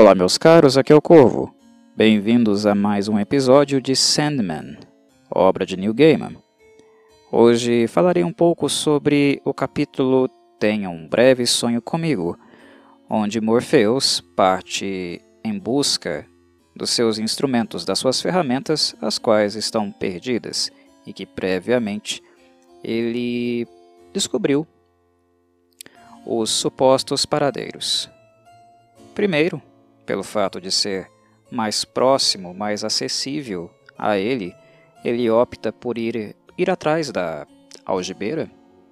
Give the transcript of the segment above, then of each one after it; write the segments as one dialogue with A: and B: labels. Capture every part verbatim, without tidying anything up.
A: Olá meus caros, aqui é o Corvo. Bem-vindos a mais um episódio de Sandman, obra de Neil Gaiman. Hoje falarei um pouco sobre o capítulo Tenha um Breve Sonho Comigo, onde Morpheus parte em busca dos seus instrumentos, das suas ferramentas, as quais estão perdidas e que previamente ele descobriu os supostos paradeiros. Primeiro, pelo fato de ser mais próximo, mais acessível a ele, ele opta por ir, ir atrás da algibeira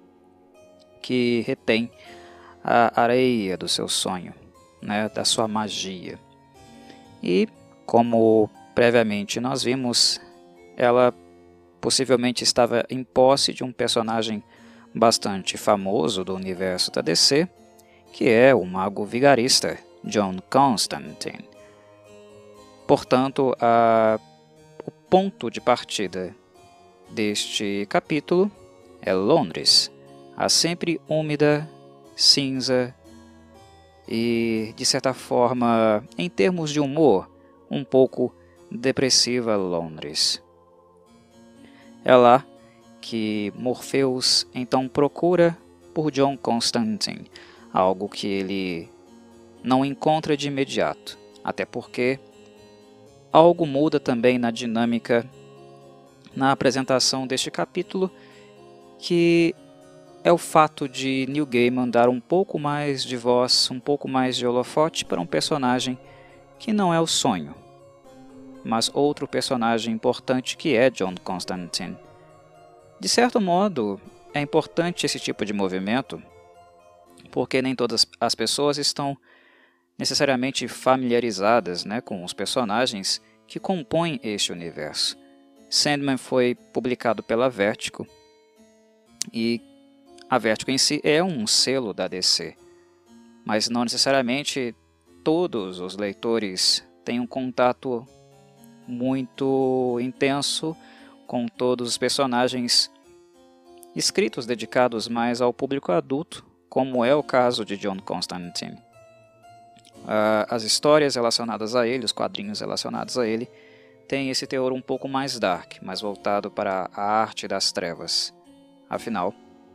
A: que retém a areia do seu sonho, né, da sua magia. E, como previamente nós vimos, ela possivelmente estava em posse de um personagem bastante famoso do universo da D C, que é o mago vigarista John Constantine. Portanto, a, o ponto de partida deste capítulo é Londres, a sempre úmida, cinza e, de certa forma, em termos de humor, um pouco depressiva Londres. É lá que Morpheus então procura por John Constantine, algo que ele não encontra de imediato, até porque algo muda também na dinâmica na apresentação deste capítulo, que é o fato de Neil Gaiman dar um pouco mais de voz, um pouco mais de holofote para um personagem que não é o sonho, mas outro personagem importante que é John Constantine. De certo modo, é importante esse tipo de movimento, porque nem todas as pessoas estão necessariamente familiarizadas, né, com os personagens que compõem este universo. Sandman foi publicado pela Vertigo, e a Vertigo em si é um selo da D C, mas não necessariamente todos os leitores têm um contato muito intenso com todos os personagens escritos dedicados mais ao público adulto, como é o caso de John Constantine. Uh, as histórias relacionadas a ele, os quadrinhos relacionados a ele, têm esse teor um pouco mais dark, mais voltado para a arte das trevas. Afinal,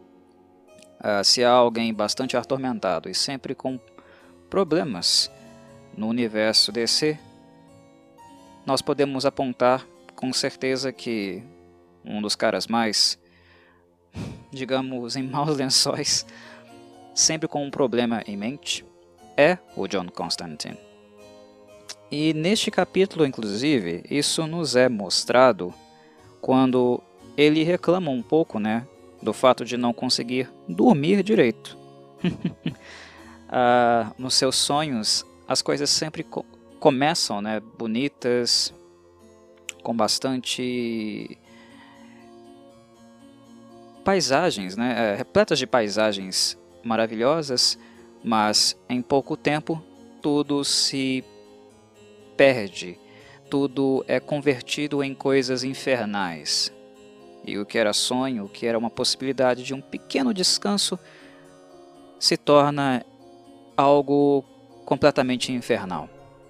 A: uh, se há alguém bastante atormentado e sempre com problemas no universo D C, nós podemos apontar com certeza que um dos caras mais, digamos, em maus lençóis, sempre com um problema em mente, é o John Constantine. E neste capítulo, inclusive, isso nos é mostrado quando ele reclama um pouco, né, do fato de não conseguir dormir direito. ah, nos seus sonhos, as coisas sempre co começam, né, bonitas, com bastante paisagens, né, repletas de paisagens maravilhosas, mas em pouco tempo tudo se perde, tudo é convertido em coisas infernais. E o que era sonho, o que era uma possibilidade de um pequeno descanso, se torna algo completamente infernal.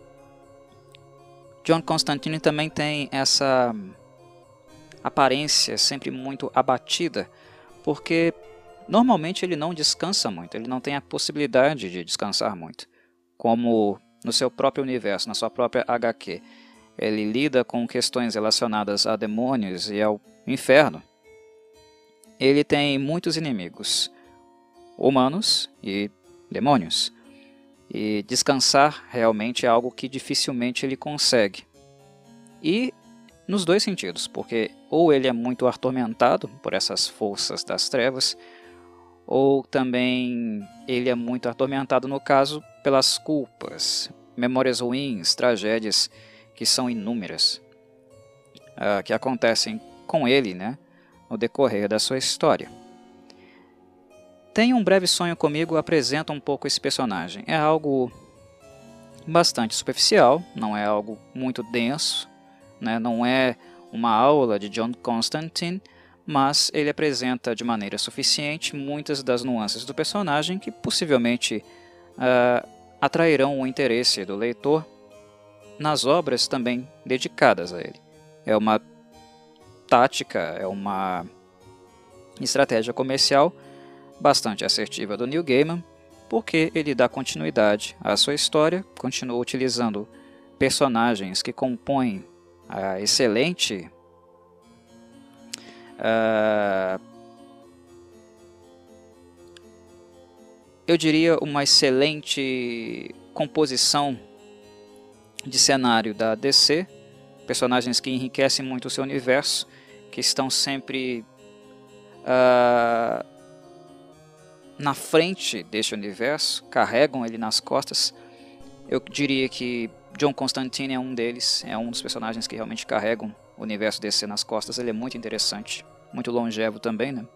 A: John Constantine também tem essa aparência sempre muito abatida, porque normalmente ele não descansa muito, ele não tem a possibilidade de descansar muito, como no seu próprio universo, na sua própria H Q. Ele lida com questões relacionadas a demônios e ao inferno. Ele tem muitos inimigos, humanos e demônios, e descansar realmente é algo que dificilmente ele consegue. E nos dois sentidos, porque ou ele é muito atormentado por essas forças das trevas, ou também ele é muito atormentado, no caso, pelas culpas, memórias ruins, tragédias que são inúmeras, uh, que acontecem com ele, né, no decorrer da sua história. Tenha um Breve Sonho Comigo apresenta um pouco esse personagem. É algo bastante superficial, não é algo muito denso, né, não é uma aula de John Constantine, mas ele apresenta de maneira suficiente muitas das nuances do personagem que possivelmente uh, atrairão o interesse do leitor nas obras também dedicadas a ele. É uma tática, é uma estratégia comercial bastante assertiva do Neil Gaiman, porque ele dá continuidade à sua história, continua utilizando personagens que compõem a excelente uh, eu diria uma excelente composição de cenário da D C, personagens que enriquecem muito o seu universo, que estão sempre uh, na frente deste universo, carregam ele nas costas. Eu diria que John Constantine é um deles, é um dos personagens que realmente carregam o universo D C nas costas. Ele é muito interessante, muito longevo também, né?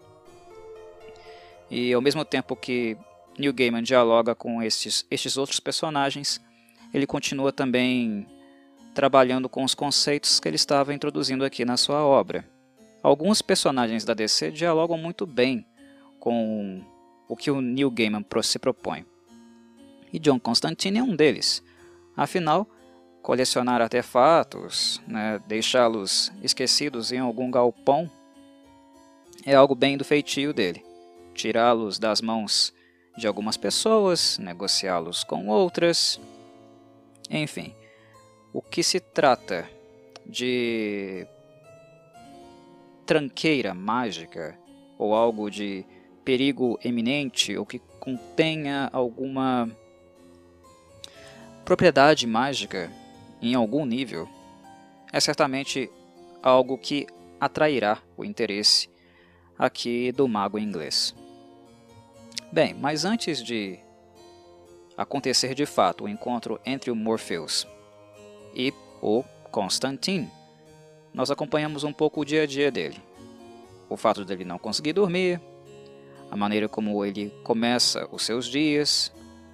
A: E ao mesmo tempo que Neil Gaiman dialoga com estes, estes outros personagens, ele continua também trabalhando com os conceitos que ele estava introduzindo aqui na sua obra. Alguns personagens da D C dialogam muito bem com o que o Neil Gaiman se propõe. E John Constantine é um deles. Afinal, colecionar artefatos, né, deixá-los esquecidos em algum galpão, é algo bem do feitio dele. Tirá-los das mãos de algumas pessoas, negociá-los com outras, enfim. O que se trata de tranqueira mágica ou algo de perigo eminente ou que contenha alguma propriedade mágica em algum nível, é certamente algo que atrairá o interesse aqui do mago inglês. Bem, mas antes de acontecer de fato o encontro entre o Morpheus e o Constantine, nós acompanhamos um pouco o dia a dia dele. O fato dele não conseguir dormir, a maneira como ele começa os seus dias,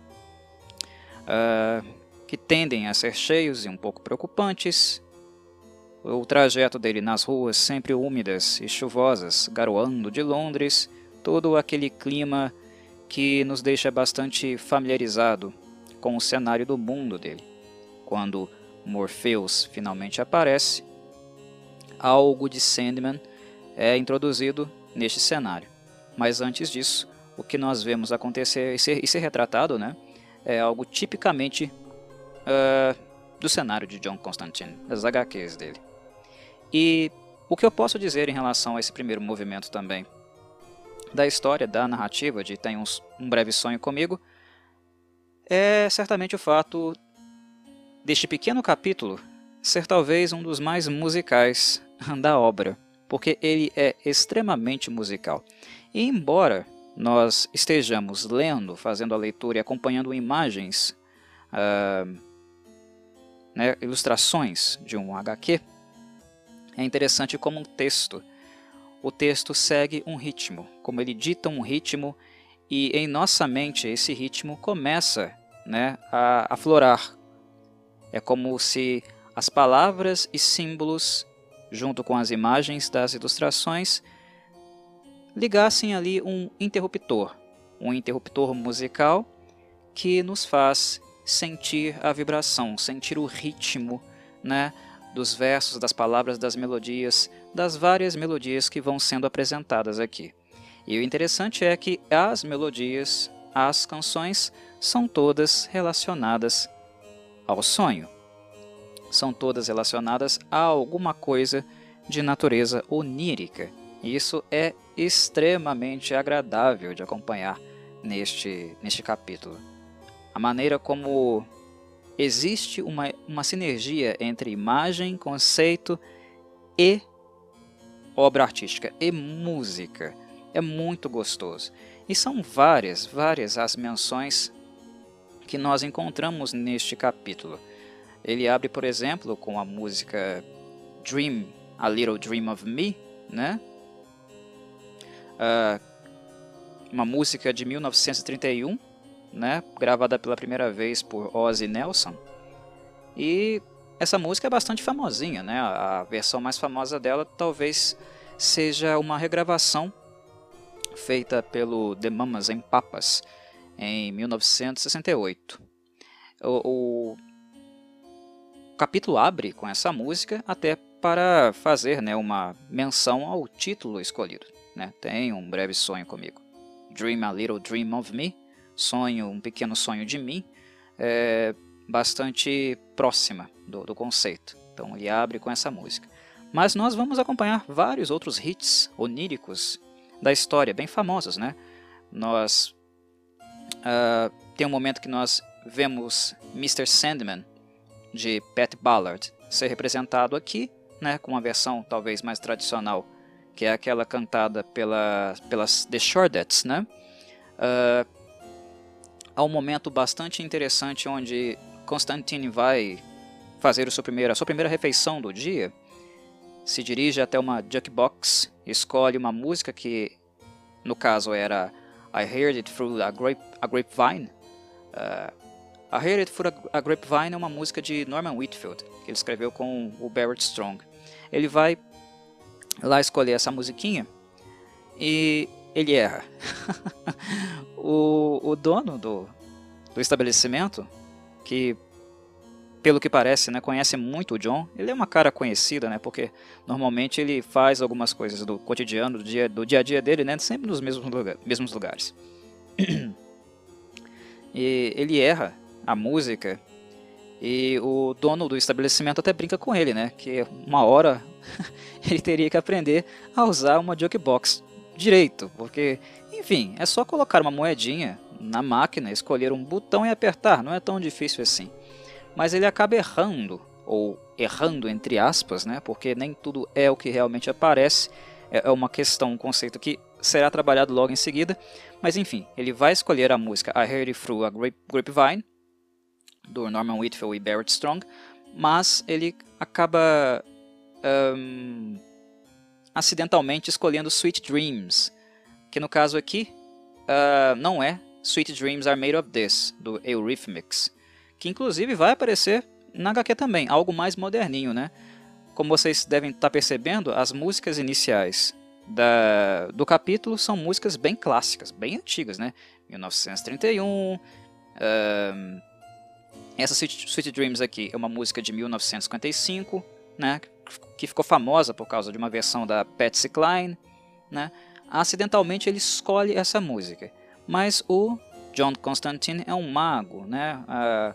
A: uh, que tendem a ser cheios e um pouco preocupantes, o trajeto dele nas ruas sempre úmidas e chuvosas, garoando de Londres, todo aquele clima que nos deixa bastante familiarizado com o cenário do mundo dele. Quando Morpheus finalmente aparece, algo de Sandman é introduzido neste cenário. Mas antes disso, o que nós vemos acontecer e ser, e ser retratado, né, é algo tipicamente uh, do cenário de John Constantine, das agá quês dele. E o que eu posso dizer em relação a esse primeiro movimento também, da história, da narrativa de Tem um, um Breve Sonho Comigo, é certamente o fato deste pequeno capítulo ser talvez um dos mais musicais da obra, porque ele é extremamente musical. E embora nós estejamos lendo, fazendo a leitura e acompanhando imagens, uh, né, ilustrações de um agá quê, é interessante como um texto, o texto segue um ritmo, como ele dita um ritmo, e em nossa mente esse ritmo começa, né, a aflorar. É como se as palavras e símbolos, junto com as imagens das ilustrações, ligassem ali um interruptor, um interruptor musical que nos faz sentir a vibração, sentir o ritmo, né, dos versos, das palavras, das melodias, das várias melodias que vão sendo apresentadas aqui. E o interessante é que as melodias, as canções, são todas relacionadas ao sonho. São todas relacionadas a alguma coisa de natureza onírica. E isso é extremamente agradável de acompanhar neste, neste capítulo. A maneira como existe uma, uma sinergia entre imagem, conceito e obra artística, e música. É muito gostoso. E são várias, várias as menções que nós encontramos neste capítulo. Ele abre, por exemplo, com a música Dream, A Little Dream of Me, né? Uh, uma música de mil novecentos e trinta e um, né? Gravada pela primeira vez por Ozzy Nelson. E essa música é bastante famosinha, né? A versão mais famosa dela talvez seja uma regravação feita pelo The Mamas and Papas em mil novecentos e sessenta e oito. o, o capítulo abre com essa música até para fazer, né, uma menção ao título escolhido, né? Tem um breve sonho comigo. Dream a little dream of me. Sonho, um pequeno sonho de mim. É bastante próxima do, do conceito. Então ele abre com essa música. Mas nós vamos acompanhar vários outros hits oníricos da história, bem famosos, né? Nós uh, tem um momento que nós vemos mister Sandman, de Pat Ballard, ser representado aqui, né, com uma versão talvez mais tradicional, que é aquela cantada pela, pelas The Chordettes, né? Uh, há um momento bastante interessante onde Constantine vai fazer o seu primeiro, a sua primeira refeição do dia, se dirige até uma jukebox, escolhe uma música que, no caso, era I Heard It Through a, grape, a Grapevine. Uh, I Heard It Through a Grapevine é uma música de Norman Whitfield, que ele escreveu com o Barrett Strong. Ele vai lá escolher essa musiquinha e ele erra. o, o dono do, do estabelecimento, que pelo que parece, né, conhece muito o John, ele é uma cara conhecida, né, porque normalmente ele faz algumas coisas do cotidiano, do dia, do dia a dia dele, né, sempre nos mesmos, lugar, mesmos lugares. E ele erra a música e o dono do estabelecimento até brinca com ele, né, que uma hora ele teria que aprender a usar uma jukebox direito, porque, enfim, é só colocar uma moedinha na máquina, escolher um botão e apertar, não é tão difícil assim. Mas ele acaba errando, ou errando entre aspas, né, porque nem tudo é o que realmente aparece, é uma questão, um conceito que será trabalhado logo em seguida, mas enfim, ele vai escolher a música I Heard It Through a Grapevine, do Norman Whitfield e Barrett Strong, mas ele acaba um, acidentalmente escolhendo Sweet Dreams, que no caso aqui uh, não é Sweet Dreams Are Made of This, do Eurythmics, que inclusive vai aparecer na agá quê também, algo mais moderninho, né? Como vocês devem estar percebendo, as músicas iniciais da, do capítulo são músicas bem clássicas, bem antigas, né? mil novecentos e trinta e um, uh, essa Sweet, Sweet Dreams aqui é uma música de mil novecentos e cinquenta e cinco, né? Que ficou famosa por causa de uma versão da Patsy Cline, né? Acidentalmente ele escolhe essa música, mas o John Constantine é um mago, né? Uh,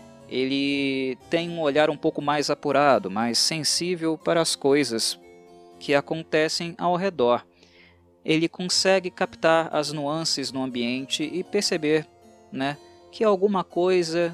A: ele tem um olhar um pouco mais apurado, mais sensível para as coisas que acontecem ao redor. Ele consegue captar as nuances no ambiente e perceber, né, que alguma coisa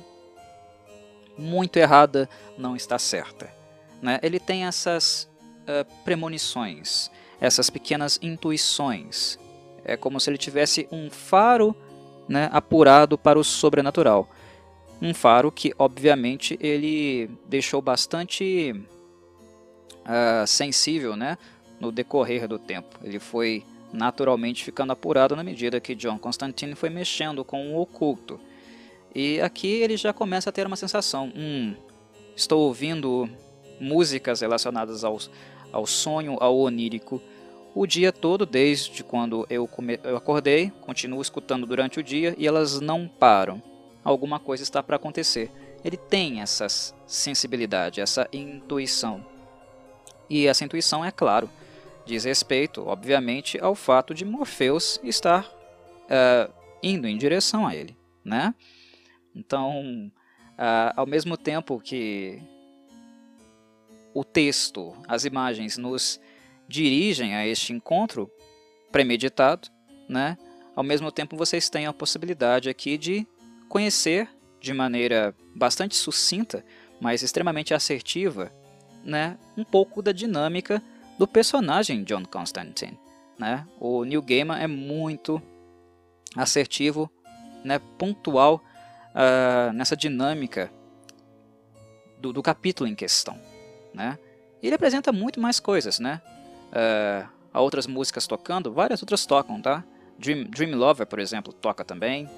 A: muito errada não está certa, né? Ele tem essas uh, premonições, essas pequenas intuições. É como se ele tivesse um faro, né, apurado para o sobrenatural. Um faro que, obviamente, ele deixou bastante uh, sensível, né, no decorrer do tempo. Ele foi naturalmente ficando apurado na medida que John Constantine foi mexendo com o oculto. E aqui ele já começa a ter uma sensação. Hum, estou ouvindo músicas relacionadas ao, ao sonho, ao onírico, o dia todo, desde quando eu, come... eu acordei, continuo escutando durante o dia e elas não param. Alguma coisa está para acontecer. Ele tem essa sensibilidade, essa intuição. E essa intuição, é claro, diz respeito, obviamente, ao fato de Morpheus estar uh, indo em direção a ele, né? Então, uh, ao mesmo tempo que o texto, as imagens nos dirigem a este encontro premeditado, né? Ao mesmo tempo vocês têm a possibilidade aqui de conhecer de maneira bastante sucinta, mas extremamente assertiva, né, um pouco da dinâmica do personagem John Constantine, né? O Neil Gaiman é muito assertivo, né, pontual uh, nessa dinâmica do, do capítulo em questão, né? Ele apresenta muito mais coisas, né? Uh, há outras músicas tocando, várias outras tocam, tá? Dream, Dream Lover, por exemplo, toca também.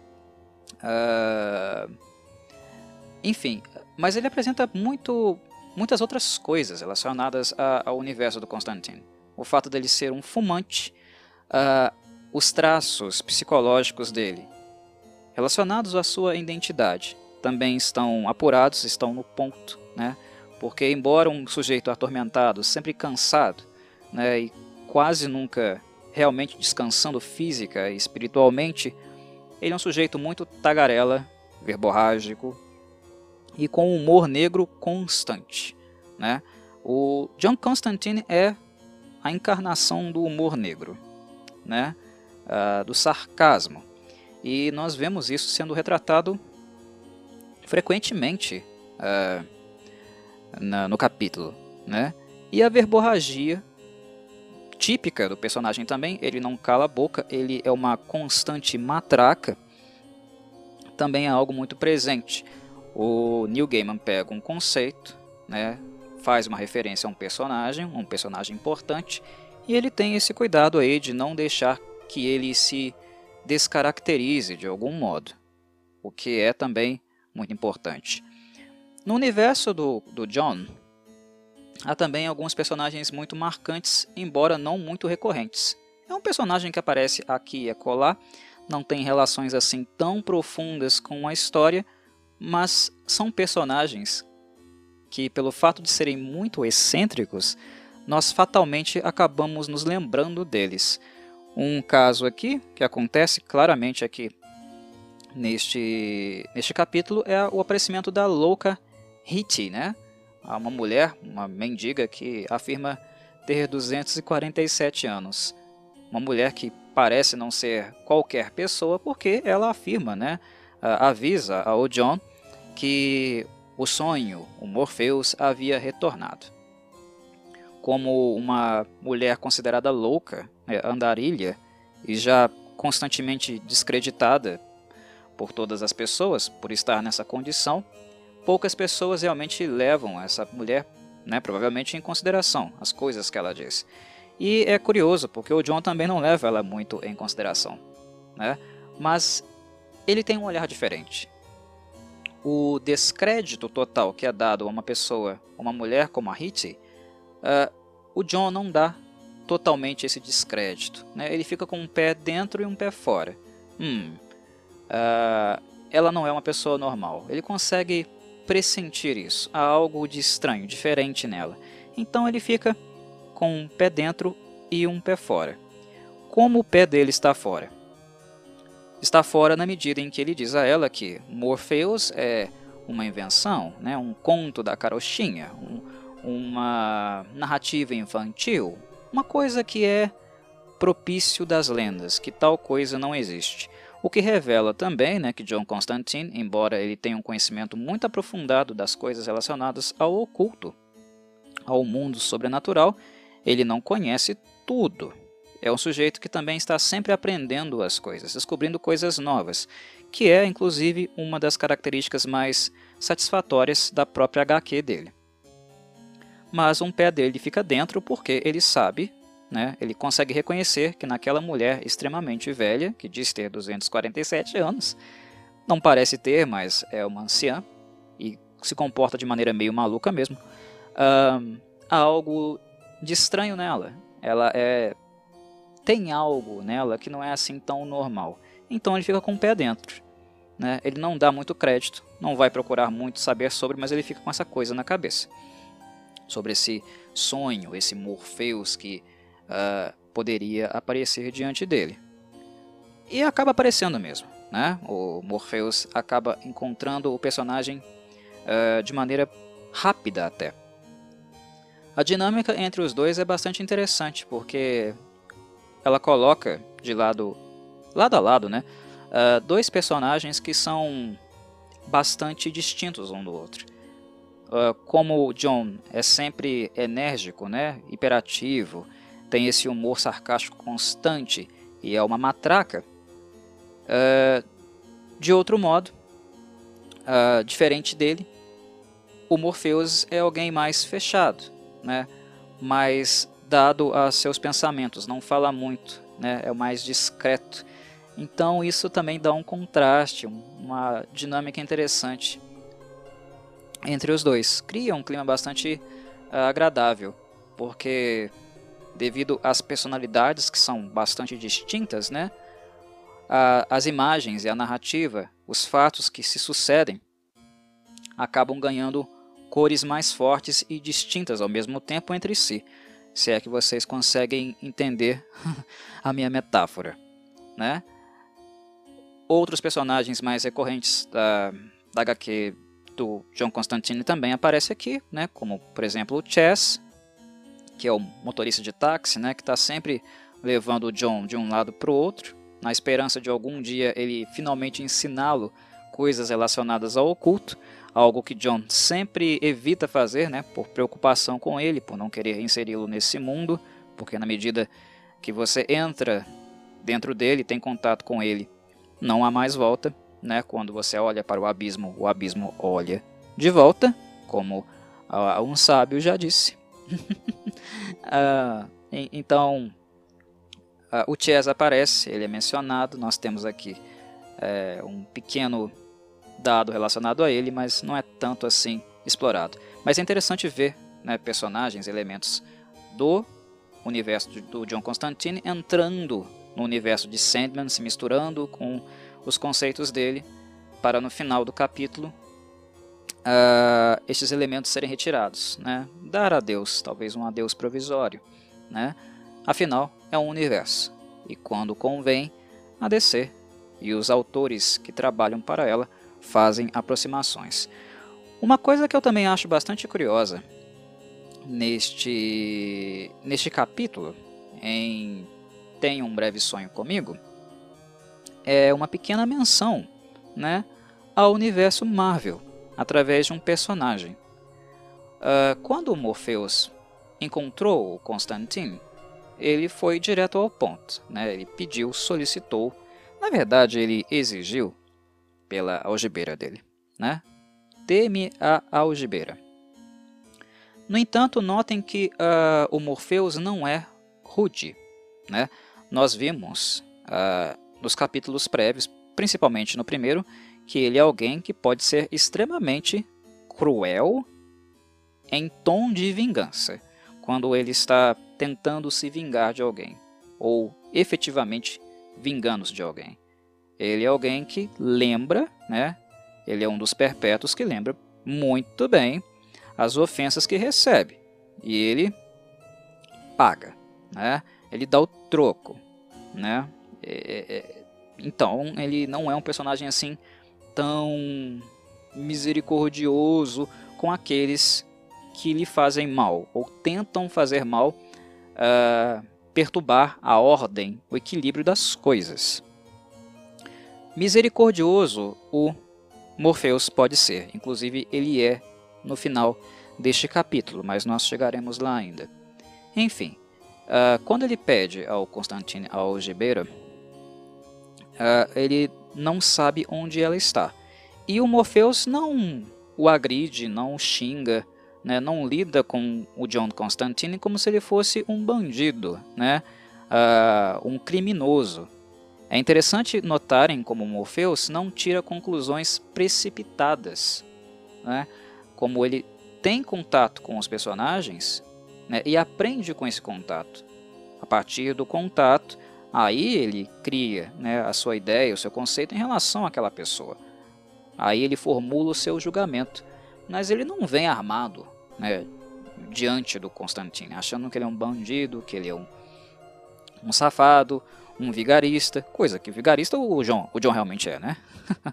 A: Uh, enfim, mas ele apresenta muito, muitas outras coisas relacionadas a, ao universo do Constantine. O fato dele ser um fumante, uh, os traços psicológicos dele, relacionados à sua identidade, também estão apurados, estão no ponto, né? Porque embora um sujeito atormentado, sempre cansado, né, e quase nunca realmente descansando física e espiritualmente, ele é um sujeito muito tagarela, verborrágico e com humor negro constante, né? O John Constantine é a encarnação do humor negro, né? Uh, do sarcasmo. E nós vemos isso sendo retratado frequentemente uh, na, no capítulo, né? E a verborragia típica do personagem também, ele não cala a boca, ele é uma constante matraca, também é algo muito presente. O Neil Gaiman pega um conceito, né, faz uma referência a um personagem, um personagem importante, e ele tem esse cuidado aí de não deixar que ele se descaracterize de algum modo, o que é também muito importante. No universo do, do John, há também alguns personagens muito marcantes, embora não muito recorrentes. É um personagem que aparece aqui e acolá, não tem relações assim tão profundas com a história, mas são personagens que, pelo fato de serem muito excêntricos, nós fatalmente acabamos nos lembrando deles. Um caso aqui, que acontece claramente aqui neste, neste capítulo, é o aparecimento da louca Hitty, né? Uma mulher, uma mendiga que afirma ter duzentos e quarenta e sete anos. Uma mulher que parece não ser qualquer pessoa porque ela afirma, né? Avisa ao John que o sonho, o Morpheus, havia retornado. Como uma mulher considerada louca, né, andarilha, e já constantemente descreditada por todas as pessoas por estar nessa condição, poucas pessoas realmente levam essa mulher, né, provavelmente em consideração, as coisas que ela diz. E é curioso, porque o John também não leva ela muito em consideração, né? Mas ele tem um olhar diferente. O descrédito total que é dado a uma pessoa, uma mulher como a Hitty, uh, o John não dá totalmente esse descrédito, né? Ele fica com um pé dentro e um pé fora. Hum, uh, ela não é uma pessoa normal. Ele consegue pressentir isso. Há algo de estranho, diferente nela. Então ele fica com um pé dentro e um pé fora. Como o pé dele está fora? Está fora na medida em que ele diz a ela que Morpheus é uma invenção, né, um conto da carochinha, um, uma narrativa infantil, uma coisa que é propício das lendas, que tal coisa não existe. O que revela também, né, que John Constantine, embora ele tenha um conhecimento muito aprofundado das coisas relacionadas ao oculto, ao mundo sobrenatural, ele não conhece tudo. É um sujeito que também está sempre aprendendo as coisas, descobrindo coisas novas, que é, inclusive, uma das características mais satisfatórias da própria agá quê dele. Mas um pé dele fica dentro porque ele sabe, né, ele consegue reconhecer que naquela mulher extremamente velha, que diz ter duzentos e quarenta e sete anos, não parece ter, mas é uma anciã, e se comporta de maneira meio maluca mesmo, uh, há algo de estranho nela. Ela é... tem algo nela que não é assim tão normal. Então ele fica com o pé dentro, né? Ele não dá muito crédito, não vai procurar muito saber sobre, mas ele fica com essa coisa na cabeça. Sobre esse sonho, esse Morpheus que uh, poderia aparecer diante dele. E acaba aparecendo mesmo, né? O Morpheus acaba encontrando o personagem uh, de maneira rápida até. A dinâmica entre os dois é bastante interessante, porque ela coloca de lado, lado a lado, né, uh, dois personagens que são bastante distintos um do outro. Uh, como o John é sempre enérgico, né, hiperativo, tem esse humor sarcástico constante e é uma matraca, uh, de outro modo, uh, diferente dele, o Morpheus é alguém mais fechado, né, mais dado a seus pensamentos, não fala muito, né, é o mais discreto. Então isso também dá um contraste, uma dinâmica interessante entre os dois. Cria um clima bastante uh, agradável, porque devido às personalidades que são bastante distintas, né, a, as imagens e a narrativa, os fatos que se sucedem, acabam ganhando cores mais fortes e distintas ao mesmo tempo entre si, se é que vocês conseguem entender a minha metáfora, né? Outros personagens mais recorrentes da, da agá quê do John Constantine também aparecem aqui, né? Como, por exemplo, o Chess, que é o motorista de táxi, né? Que está sempre levando o John de um lado para o outro, na esperança de algum dia ele finalmente ensiná-lo coisas relacionadas ao oculto, algo que John sempre evita fazer, né? Por preocupação com ele, por não querer inseri-lo nesse mundo, porque na medida que você entra dentro dele, tem contato com ele, não há mais volta, né? Quando você olha para o abismo, o abismo olha de volta, como uh, um sábio já disse. uh, então, uh, o Chess aparece, ele é mencionado, nós temos aqui uh, um pequeno dado relacionado a ele, mas não é tanto assim explorado. Mas é interessante ver, né, personagens, elementos do universo do John Constantine entrando no universo de Sandman, se misturando com os conceitos dele, para no final do capítulo uh, estes elementos serem retirados, né? Dar adeus, talvez um adeus provisório, né? Afinal, é um universo, e quando convém, a dê cê e os autores que trabalham para ela fazem aproximações. Uma coisa que eu também acho bastante curiosa neste, neste capítulo, em Tenha um Breve Sonho Comigo, é uma pequena menção, né, ao universo Marvel, através de um personagem. Uh, quando o Morpheus encontrou o Constantine, ele foi direto ao ponto, né? Ele pediu, solicitou, na verdade ele exigiu pela algibeira dele, né? Dê-me a algibeira. No entanto, notem que uh, o Morpheus não é rude, né? Nós vimos uh, nos capítulos prévios, principalmente no primeiro, que ele é alguém que pode ser extremamente cruel em tom de vingança, quando ele está tentando se vingar de alguém, ou efetivamente vingando-se de alguém. Ele é alguém que lembra, né? Ele é um dos perpétuos que lembra muito bem as ofensas que recebe, e ele paga, né? Ele dá o troco, né? É, é, então ele não é um personagem assim tão misericordioso com aqueles que lhe fazem mal ou tentam fazer mal, uh, perturbar a ordem, o equilíbrio das coisas. Misericordioso o Morpheus pode ser, inclusive ele é no final deste capítulo, mas nós chegaremos lá ainda. Enfim, uh, quando ele pede ao Constantine a algibeira, uh, ele não sabe onde ela está. E o Morpheus não o agride, não o xinga, né, não lida com o John Constantine como se ele fosse um bandido, né, uh, um criminoso. É interessante notarem como o Morpheus não tira conclusões precipitadas, né, como ele tem contato com os personagens, né, e aprende com esse contato. A partir do contato, aí ele cria, né, a sua ideia, o seu conceito em relação àquela pessoa. Aí ele formula o seu julgamento, mas ele não vem armado, né, diante do Constantine, achando que ele é um bandido, que ele é um, um safado, um vigarista, coisa que vigarista o John, o John realmente é, né?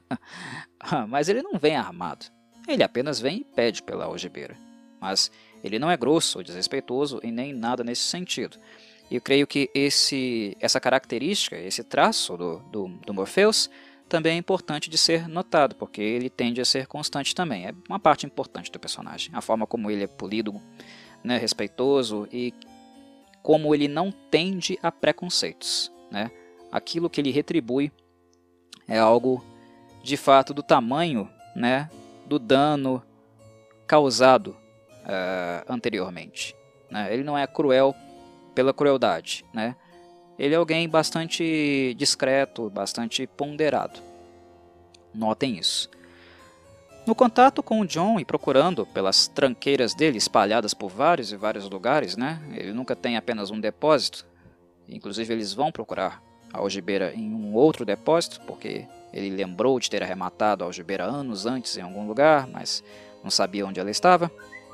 A: Mas ele não vem armado, ele apenas vem e pede pela algibeira, mas ele não é grosso ou desrespeitoso e nem nada nesse sentido. E eu creio que esse, essa característica, esse traço do, do, do Morpheus também é importante de ser notado, porque ele tende a ser constante também. É uma parte importante do personagem, a forma como ele é polido, né, respeitoso, e como ele não tende a preconceitos, né? Aquilo que ele retribui é algo de fato do tamanho, né, do dano causado uh, anteriormente, né? Ele não é cruel pela crueldade, né? Ele é alguém bastante discreto, bastante ponderado. Notem isso. No contato com o John e procurando pelas tranqueiras dele espalhadas por vários e vários lugares, né? Ele nunca tem apenas um depósito. Inclusive eles vão procurar a algibeira em um outro depósito, porque Ele lembrou de ter arrematado a algibeira anos antes em algum lugar, mas não sabia onde ela estava.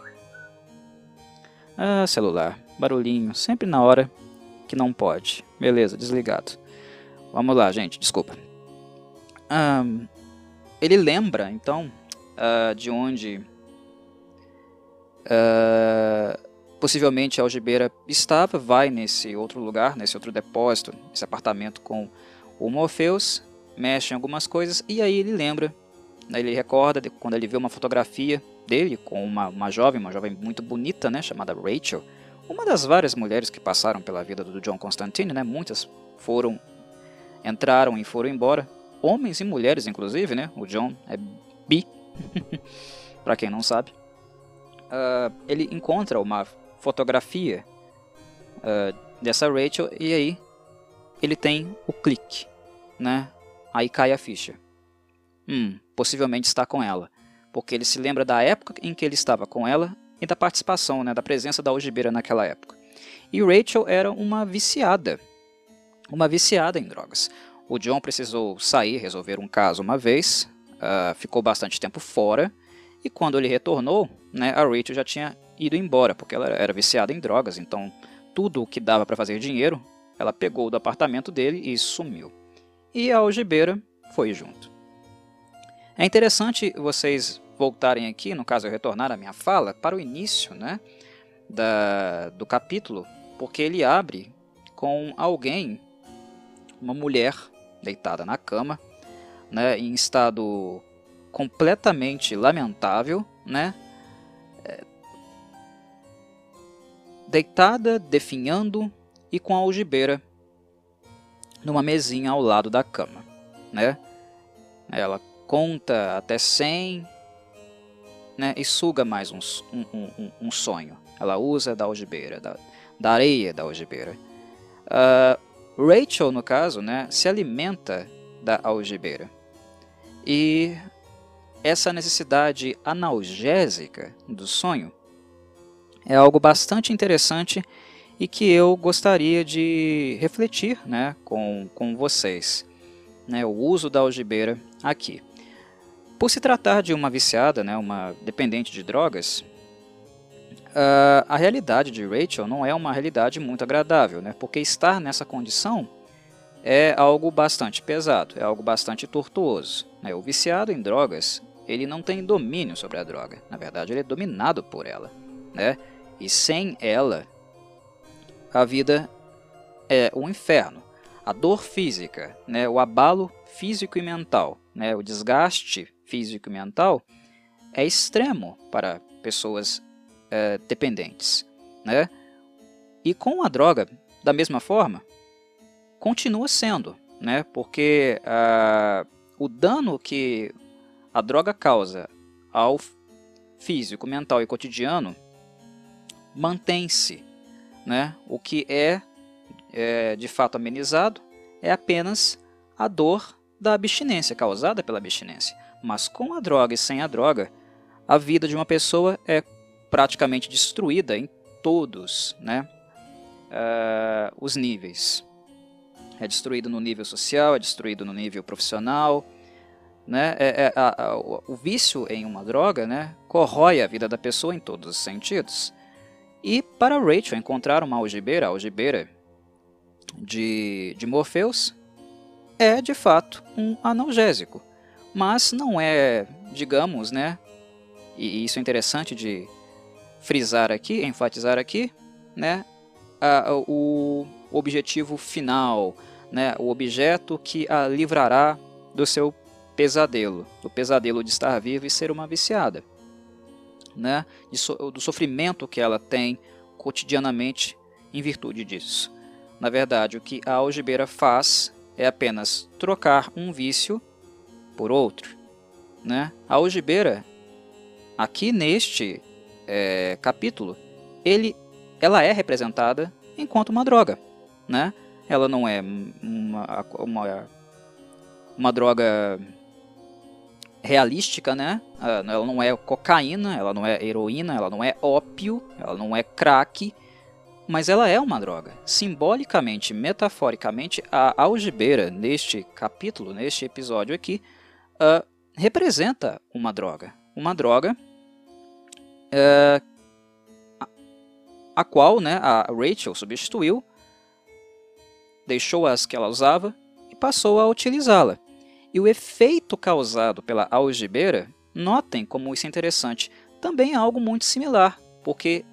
A: Ah, celular, barulhinho, sempre na hora que não pode. Beleza, desligado. Vamos lá, gente, desculpa. Ah, ele lembra, então, ah, de onde ah, possivelmente a algibeira estava, vai nesse outro lugar, nesse outro depósito, nesse apartamento com o Morpheus, mexe em algumas coisas e aí ele lembra, né, ele recorda de quando ele vê uma fotografia dele com uma, uma jovem, uma jovem muito bonita, né, chamada Rachel, uma das várias mulheres que passaram pela vida do John Constantine, né, muitas foram, entraram e foram embora, homens e mulheres inclusive, né, o John é bi, para quem não sabe. Uh, ele encontra uma fotografia uh, dessa Rachel e aí ele tem o clique, né, aí cai a ficha. Hum, possivelmente está com ela, porque ele se lembra da época em que ele estava com ela e da participação, né, da presença da algibeira naquela época. E Rachel era uma viciada, uma viciada em drogas. O John precisou sair, resolver um caso uma vez, uh, ficou bastante tempo fora, e quando ele retornou, né, a Rachel já tinha ido embora, porque ela era viciada em drogas, então tudo o que dava para fazer dinheiro, ela pegou do apartamento dele e sumiu. E a algibeira foi junto. É interessante vocês voltarem aqui, no caso eu retornar a minha fala, para o início, né, da, do capítulo, porque ele abre com alguém, uma mulher deitada na cama, né, em estado completamente lamentável, né, é, deitada, definhando e com a algibeira numa mesinha ao lado da cama, né, ela conta até cem, né, e suga mais um, um, um, um sonho. Ela usa da algibeira, da, da areia da algibeira. Uh, Rachel, no caso, né, se alimenta da algibeira. E essa necessidade analgésica do sonho é algo bastante interessante e que eu gostaria de refletir, né, com, com vocês, né, o uso da algibeira aqui. Por se tratar de uma viciada, né, uma dependente de drogas, uh, a realidade de Rachel não é uma realidade muito agradável, né, porque estar nessa condição é algo bastante pesado, é algo bastante tortuoso, né. O viciado em drogas, ele não tem domínio sobre a droga, na verdade ele é dominado por ela, né, e sem ela a vida é um inferno. A dor física, né, o abalo físico e mental, né, o desgaste físico e mental é extremo para pessoas é, dependentes, né? E com a droga, da mesma forma, continua sendo, né? Porque ah, o dano que a droga causa ao físico, mental e cotidiano mantém-se, né? O que é, é de fato amenizado é apenas a dor da abstinência, causada pela abstinência. Mas com a droga e sem a droga, a vida de uma pessoa é praticamente destruída em todos, né, uh, os níveis. É destruído no nível social, é destruído no nível profissional, né, é, é, a, a, o vício em uma droga, né, corrói a vida da pessoa em todos os sentidos. E para Rachel encontrar uma algibeira, a algibeira de, de Morpheus, é de fato um analgésico, mas não é, digamos, né, e isso é interessante de frisar aqui, enfatizar aqui, né, a, a, o objetivo final, né, o objeto que a livrará do seu pesadelo, do pesadelo de estar viva e ser uma viciada, né, de so, do sofrimento que ela tem cotidianamente em virtude disso. Na verdade, o que a algibeira faz é apenas trocar um vício por outro, né? A algibeira, aqui neste é, capítulo, ele, ela é representada enquanto uma droga, né? Ela não é uma, uma, uma droga realística, né? Ela não é cocaína, ela não é heroína, ela não é ópio, ela não é crack, mas ela é uma droga. Simbolicamente, metaforicamente, a algibeira neste capítulo, neste episódio aqui, uh, representa uma droga. Uma droga uh, a, a qual, né, a Rachel substituiu, deixou as que ela usava e passou a utilizá-la. E o efeito causado pela algibeira, notem como isso é interessante, também é algo muito similar, porque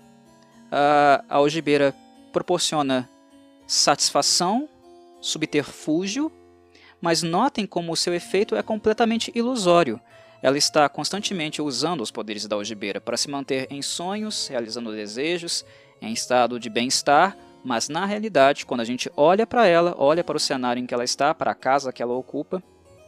A: a algibeira proporciona satisfação, subterfúgio, mas notem como o seu efeito é completamente ilusório. Ela está constantemente usando os poderes da algibeira para se manter em sonhos, realizando desejos, em estado de bem-estar, mas na realidade, quando a gente olha para ela, olha para o cenário em que ela está, para a casa que ela ocupa,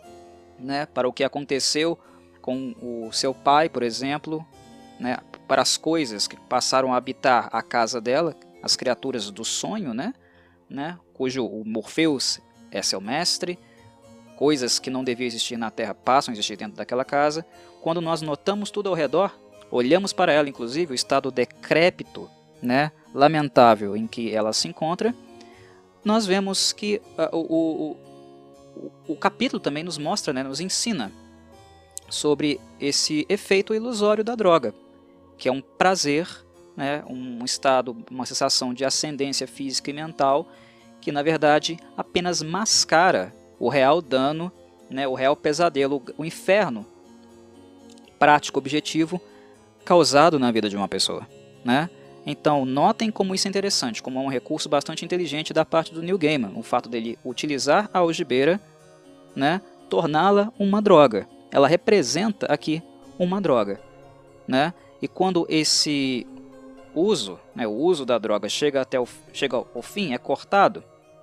A: né, para o que aconteceu com o seu pai, por exemplo, né, para as coisas que passaram a habitar a casa dela, as criaturas do sonho, né, né, cujo o Morpheus é seu mestre, coisas que não deviam existir na Terra passam a existir dentro daquela casa. Quando nós notamos tudo ao redor, olhamos para ela, inclusive, o estado decrépito, né, lamentável em que ela se encontra, nós vemos que uh, o, o, o, o capítulo também nos mostra, né, nos ensina sobre esse efeito ilusório da droga, que é um prazer, né, um estado, uma sensação de ascendência física e mental, que na verdade apenas mascara o real dano, né, o real pesadelo, o inferno prático objetivo causado na vida de uma pessoa, né? Então notem como isso é interessante, como é um recurso bastante inteligente da parte do Neil Gaiman, o fato dele utilizar a algibeira, né, torná-la uma droga. Ela representa aqui uma droga, né? E quando esse uso, né, o uso da droga chega até o, chega ao fim, é cortado,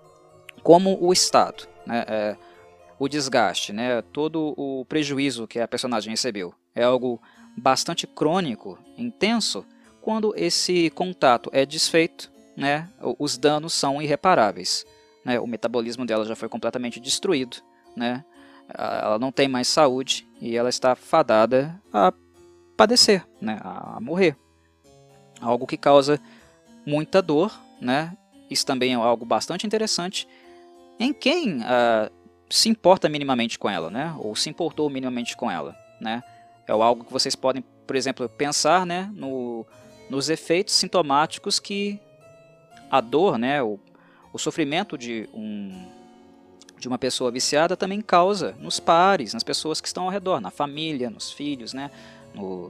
A: como o estado, né, é, o desgaste, né, todo o prejuízo que a personagem recebeu, é algo bastante crônico, intenso. Quando esse contato é desfeito, né, os danos são irreparáveis, né, o metabolismo dela já foi completamente destruído, né, ela não tem mais saúde e ela está fadada a padecer, né, a morrer. Algo que causa muita dor, né? Isso também é algo bastante interessante em quem uh, se importa minimamente com ela, né? Ou se importou minimamente com ela, né? É algo que vocês podem, por exemplo, pensar, né, no, nos efeitos sintomáticos que a dor, né, o, o sofrimento de, um, de uma pessoa viciada também causa nos pares, nas pessoas que estão ao redor, na família, nos filhos, né, no,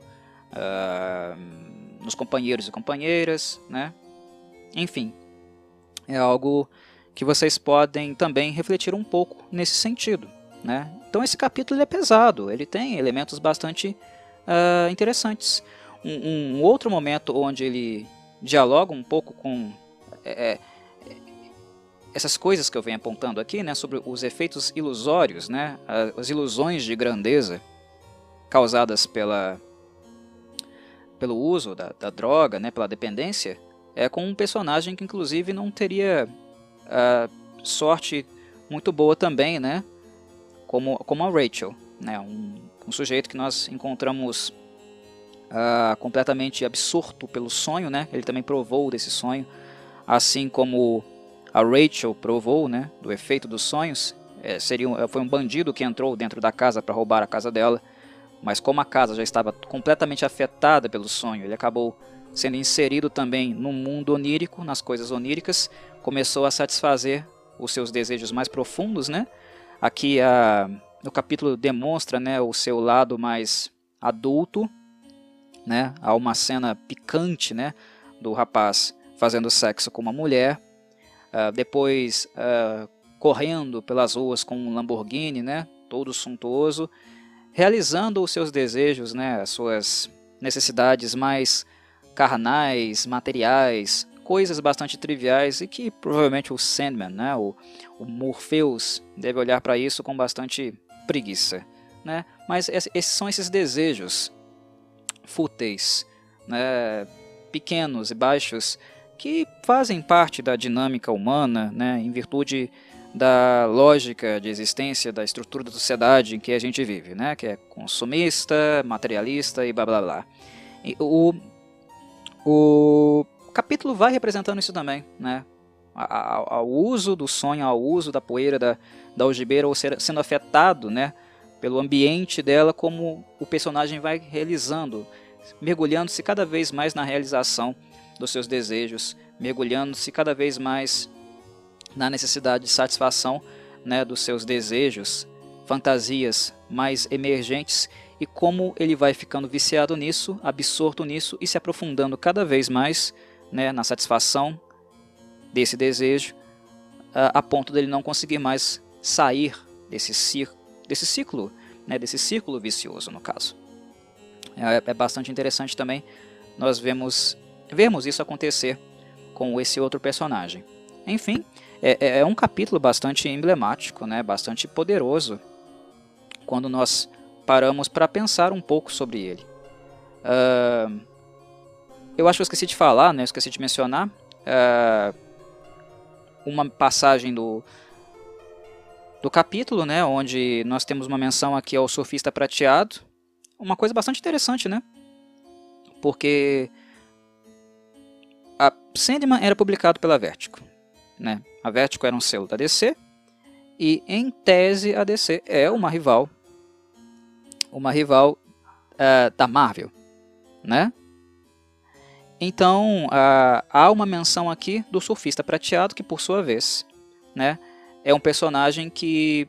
A: uh, nos companheiros e companheiras, né? Enfim, é algo que vocês podem também refletir um pouco nesse sentido, né? Então esse capítulo ele é pesado, ele tem elementos bastante uh, interessantes. Um, um outro momento onde ele dialoga um pouco com é, essas coisas que eu venho apontando aqui, né, sobre os efeitos ilusórios, né, as ilusões de grandeza causadas pela, pelo uso da, da droga, né, pela dependência, é com um personagem que inclusive não teria uh, sorte muito boa também, né, como, como a Rachel, né, um, um sujeito que nós encontramos uh, completamente absorto pelo sonho, né, ele também provou desse sonho, assim como a Rachel provou, né, do efeito dos sonhos. É, seria um, foi um bandido que entrou dentro da casa para roubar a casa dela, mas como a casa já estava completamente afetada pelo sonho, ele acabou sendo inserido também no mundo onírico, nas coisas oníricas, começou a satisfazer os seus desejos mais profundos, né? Aqui a, o capítulo demonstra, né, o seu lado mais adulto, né? Há uma cena picante, né, do rapaz fazendo sexo com uma mulher, uh, depois uh, correndo pelas ruas com um Lamborghini, né, todo suntuoso, realizando os seus desejos, né, as suas necessidades mais carnais, materiais, coisas bastante triviais e que provavelmente o Sandman, né, o, o Morpheus, deve olhar para isso com bastante preguiça, né? Mas esses são esses desejos fúteis, né, pequenos e baixos, que fazem parte da dinâmica humana, né, em virtude da lógica de existência, da estrutura da sociedade em que a gente vive, né, que é consumista, materialista e blá blá blá. E o, o, o capítulo vai representando isso também, né? Ao uso do sonho, ao uso da poeira da, da algibeira, ou ser, sendo afetado, né, pelo ambiente dela, como o personagem vai realizando, mergulhando-se cada vez mais na realização dos seus desejos, mergulhando-se cada vez mais na necessidade de satisfação, né, dos seus desejos, fantasias mais emergentes, e como ele vai ficando viciado nisso, absorto nisso e se aprofundando cada vez mais, né, na satisfação desse desejo, a, a ponto dele não conseguir mais sair desse, ciclo, desse ciclo, né, desse círculo vicioso, no caso. É, é bastante interessante também nós vemos, vemos isso acontecer com esse outro personagem. Enfim, é, é um capítulo bastante emblemático, né, bastante poderoso, quando nós paramos para pensar um pouco sobre ele. Uh, eu acho que eu esqueci de falar, né, eu esqueci de mencionar, uh, uma passagem do, do capítulo, né, onde nós temos uma menção aqui ao surfista prateado. Uma coisa bastante interessante, né? Porque a Sandman era publicado pela Vertigo, né? A Vertigo era um selo da D C e, em tese, a D C é uma rival, uma rival uh, da Marvel, né? Então, uh, há uma menção aqui do surfista prateado, que por sua vez, né, é um personagem que,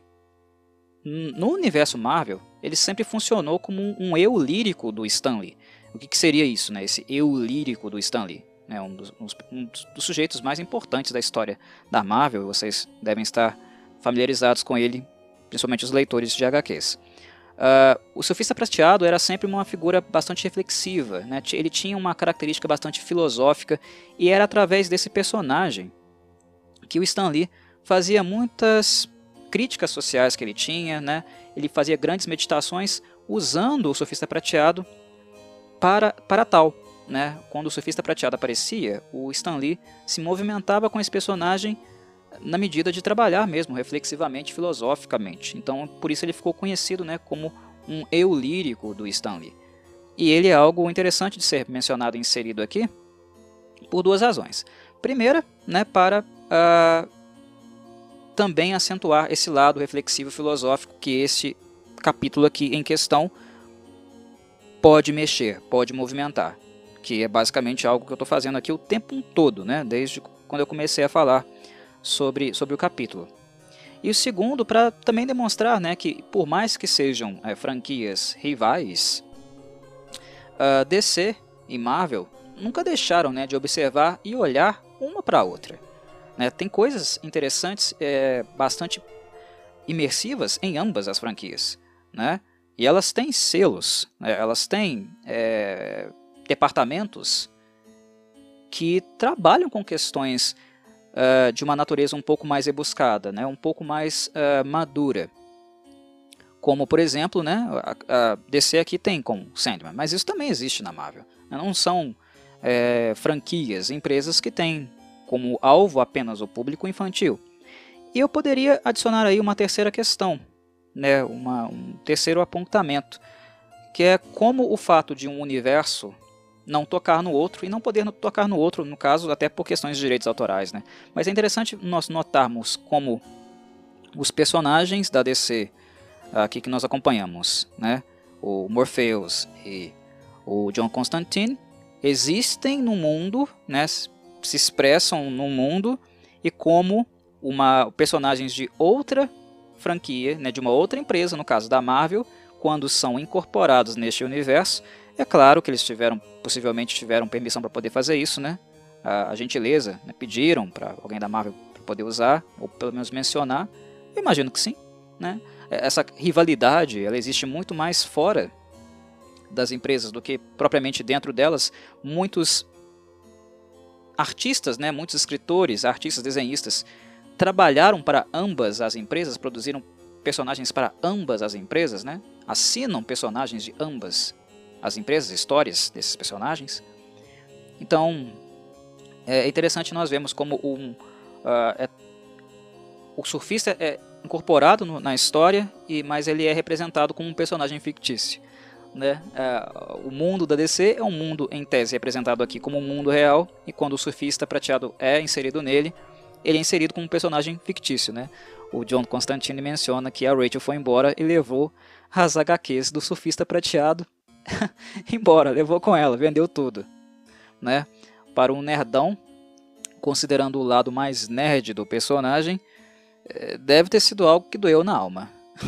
A: no universo Marvel, ele sempre funcionou como um, um eu lírico do Stan Lee. O que, que seria isso, né, esse eu lírico do Stan Lee? É um dos, um dos sujeitos mais importantes da história da Marvel, vocês devem estar familiarizados com ele, principalmente os leitores de H Qs. Uh, o surfista prateado era sempre uma figura bastante reflexiva, né? Ele tinha uma característica bastante filosófica, e era através desse personagem que o Stan Lee fazia muitas críticas sociais que ele tinha, né? Ele fazia grandes meditações usando o surfista prateado para, para tal, né? Quando o surfista prateado aparecia, o Stan Lee se movimentava com esse personagem na medida de trabalhar mesmo, reflexivamente, filosoficamente. Então, por isso ele ficou conhecido, né, como um eu lírico do Stan Lee. E ele é algo interessante de ser mencionado e inserido aqui, por duas razões. Primeira, né, para uh, também acentuar esse lado reflexivo filosófico que esse capítulo aqui em questão pode mexer, pode movimentar. Que é basicamente algo que eu estou fazendo aqui o tempo todo, né, desde quando eu comecei a falar Sobre, sobre o capítulo. E o segundo, para também demonstrar, né, que por mais que sejam é, franquias rivais, uh, D C e Marvel nunca deixaram, né, de observar e olhar uma para a outra. Né? Tem coisas interessantes, é, bastante imersivas em ambas as franquias. Né? E elas têm selos, né? Elas têm é, departamentos que trabalham com questões Uh, de uma natureza um pouco mais rebuscada, né, um pouco mais uh, madura. Como, por exemplo, né, a, a D C aqui tem com Sandman, mas isso também existe na Marvel. Não são é, franquias, empresas que têm como alvo apenas o público infantil. E eu poderia adicionar aí uma terceira questão, né, uma, um terceiro apontamento, que é como o fato de um universo não tocar no outro, e não poder tocar no outro, no caso, até por questões de direitos autorais, né? Mas é interessante nós notarmos como os personagens da D C aqui que nós acompanhamos, né? O Morpheus e o John Constantine, existem no mundo, né? Se expressam no mundo, e como uma, personagens de outra franquia, né? De uma outra empresa, no caso da Marvel, quando são incorporados neste universo, é claro que eles tiveram, possivelmente tiveram permissão para poder fazer isso, né? A, a gentileza, né? Pediram para alguém da Marvel para poder usar, ou pelo menos mencionar. Eu imagino que sim, né? Essa rivalidade, ela existe muito mais fora das empresas do que propriamente dentro delas. Muitos artistas, né? Muitos escritores, artistas, desenhistas trabalharam para ambas as empresas, produziram personagens para ambas as empresas, né? Assinam personagens de ambas as empresas, histórias desses personagens. Então, é interessante nós vemos como um, uh, é, o surfista é incorporado no, na história, e, mas ele é representado como um personagem fictício. né? Uh, o mundo da D C é um mundo, em tese, representado aqui como um mundo real, e quando o Surfista Prateado é inserido nele, ele é inserido como um personagem fictício, né? O John Constantine menciona que a Rachel foi embora e levou as agá quês do Surfista Prateado embora, levou com ela, vendeu tudo, né? Para um nerdão, considerando o lado mais nerd do personagem, deve ter sido algo que doeu na alma.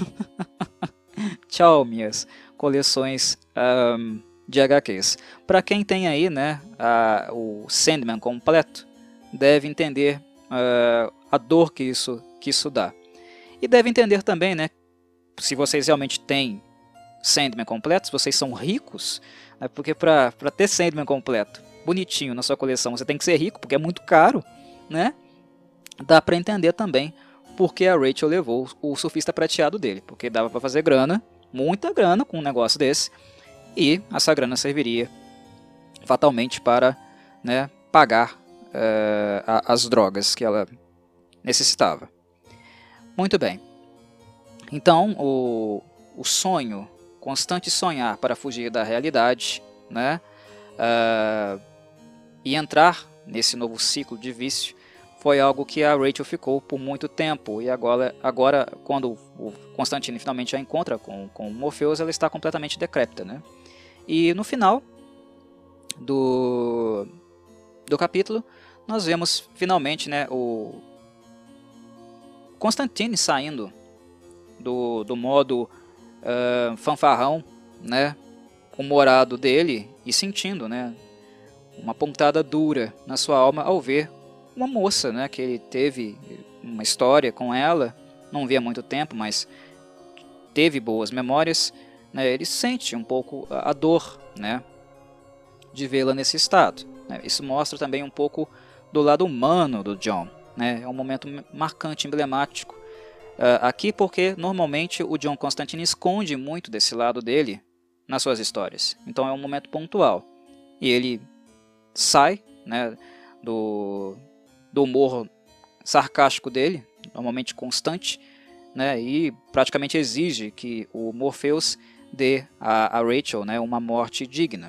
A: Tchau, minhas coleções um, de agá quês. Para quem tem aí, né, a, o Sandman completo, deve entender uh, a dor que isso, que isso dá. E deve entender também, né, se vocês realmente têm Sandman completo, se vocês são ricos, né, porque para ter Sandman completo, bonitinho na sua coleção, você tem que ser rico, porque é muito caro, né? Dá para entender também porque a Rachel levou o Surfista Prateado dele, porque dava para fazer grana, muita grana com um negócio desse, e essa grana serviria fatalmente para, né, pagar uh, a, as drogas que ela necessitava. Muito bem. Então, o, o sonho, constante sonhar para fugir da realidade, né, uh, e entrar nesse novo ciclo de vício, foi algo que a Rachel ficou por muito tempo, e agora, agora quando o Constantine finalmente a encontra com, com o Morpheus, ela está completamente decrépita, né? E no final do, do capítulo, nós vemos finalmente, né, o Constantine saindo do, do modo uh, fanfarrão, né, humorado dele, e sentindo, né, uma pontada dura na sua alma ao ver uma moça, né, que ele teve uma história com ela, não via há muito tempo, mas teve boas memórias, né, ele sente um pouco a dor, né, de vê-la nesse estado, né. Isso mostra também um pouco do lado humano do John, né, é um momento marcante, emblemático, uh, aqui porque normalmente o John Constantine esconde muito desse lado dele nas suas histórias, então é um momento pontual, e ele sai, né, do... do humor sarcástico dele, normalmente constante, né, e praticamente exige que o Morpheus dê a, a Rachel, né, uma morte digna.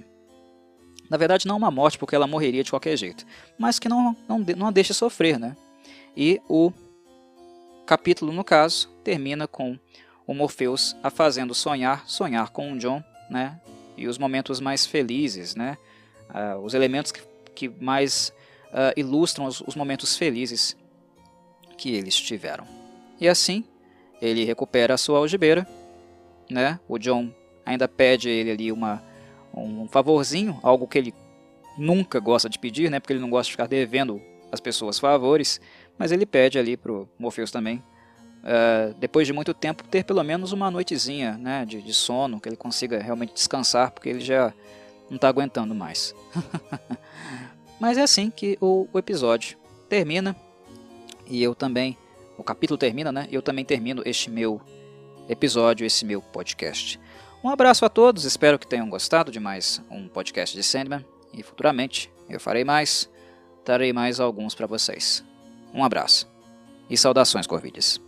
A: Na verdade, não uma morte, porque ela morreria de qualquer jeito, mas que não, não, não a deixe sofrer, né? E o capítulo, no caso, termina com o Morpheus a fazendo sonhar, sonhar com o John, né, e os momentos mais felizes, né, uh, os elementos que, que mais Uh, ilustram os, os momentos felizes que eles tiveram. E assim, ele recupera a sua algibeira, né? O John ainda pede a ele ali uma, um favorzinho, algo que ele nunca gosta de pedir, né? Porque ele não gosta de ficar devendo às pessoas favores, mas ele pede ali para o Morpheus também, uh, depois de muito tempo, ter pelo menos uma noitezinha, né, de, de sono, que ele consiga realmente descansar, porque ele já não está aguentando mais. Mas é assim que o, o episódio termina, e eu também, o capítulo termina, né? E eu também termino este meu episódio, esse meu podcast. Um abraço a todos, espero que tenham gostado de mais um podcast de Sandman, e futuramente eu farei mais, trarei mais alguns para vocês. Um abraço, e saudações, Corvides.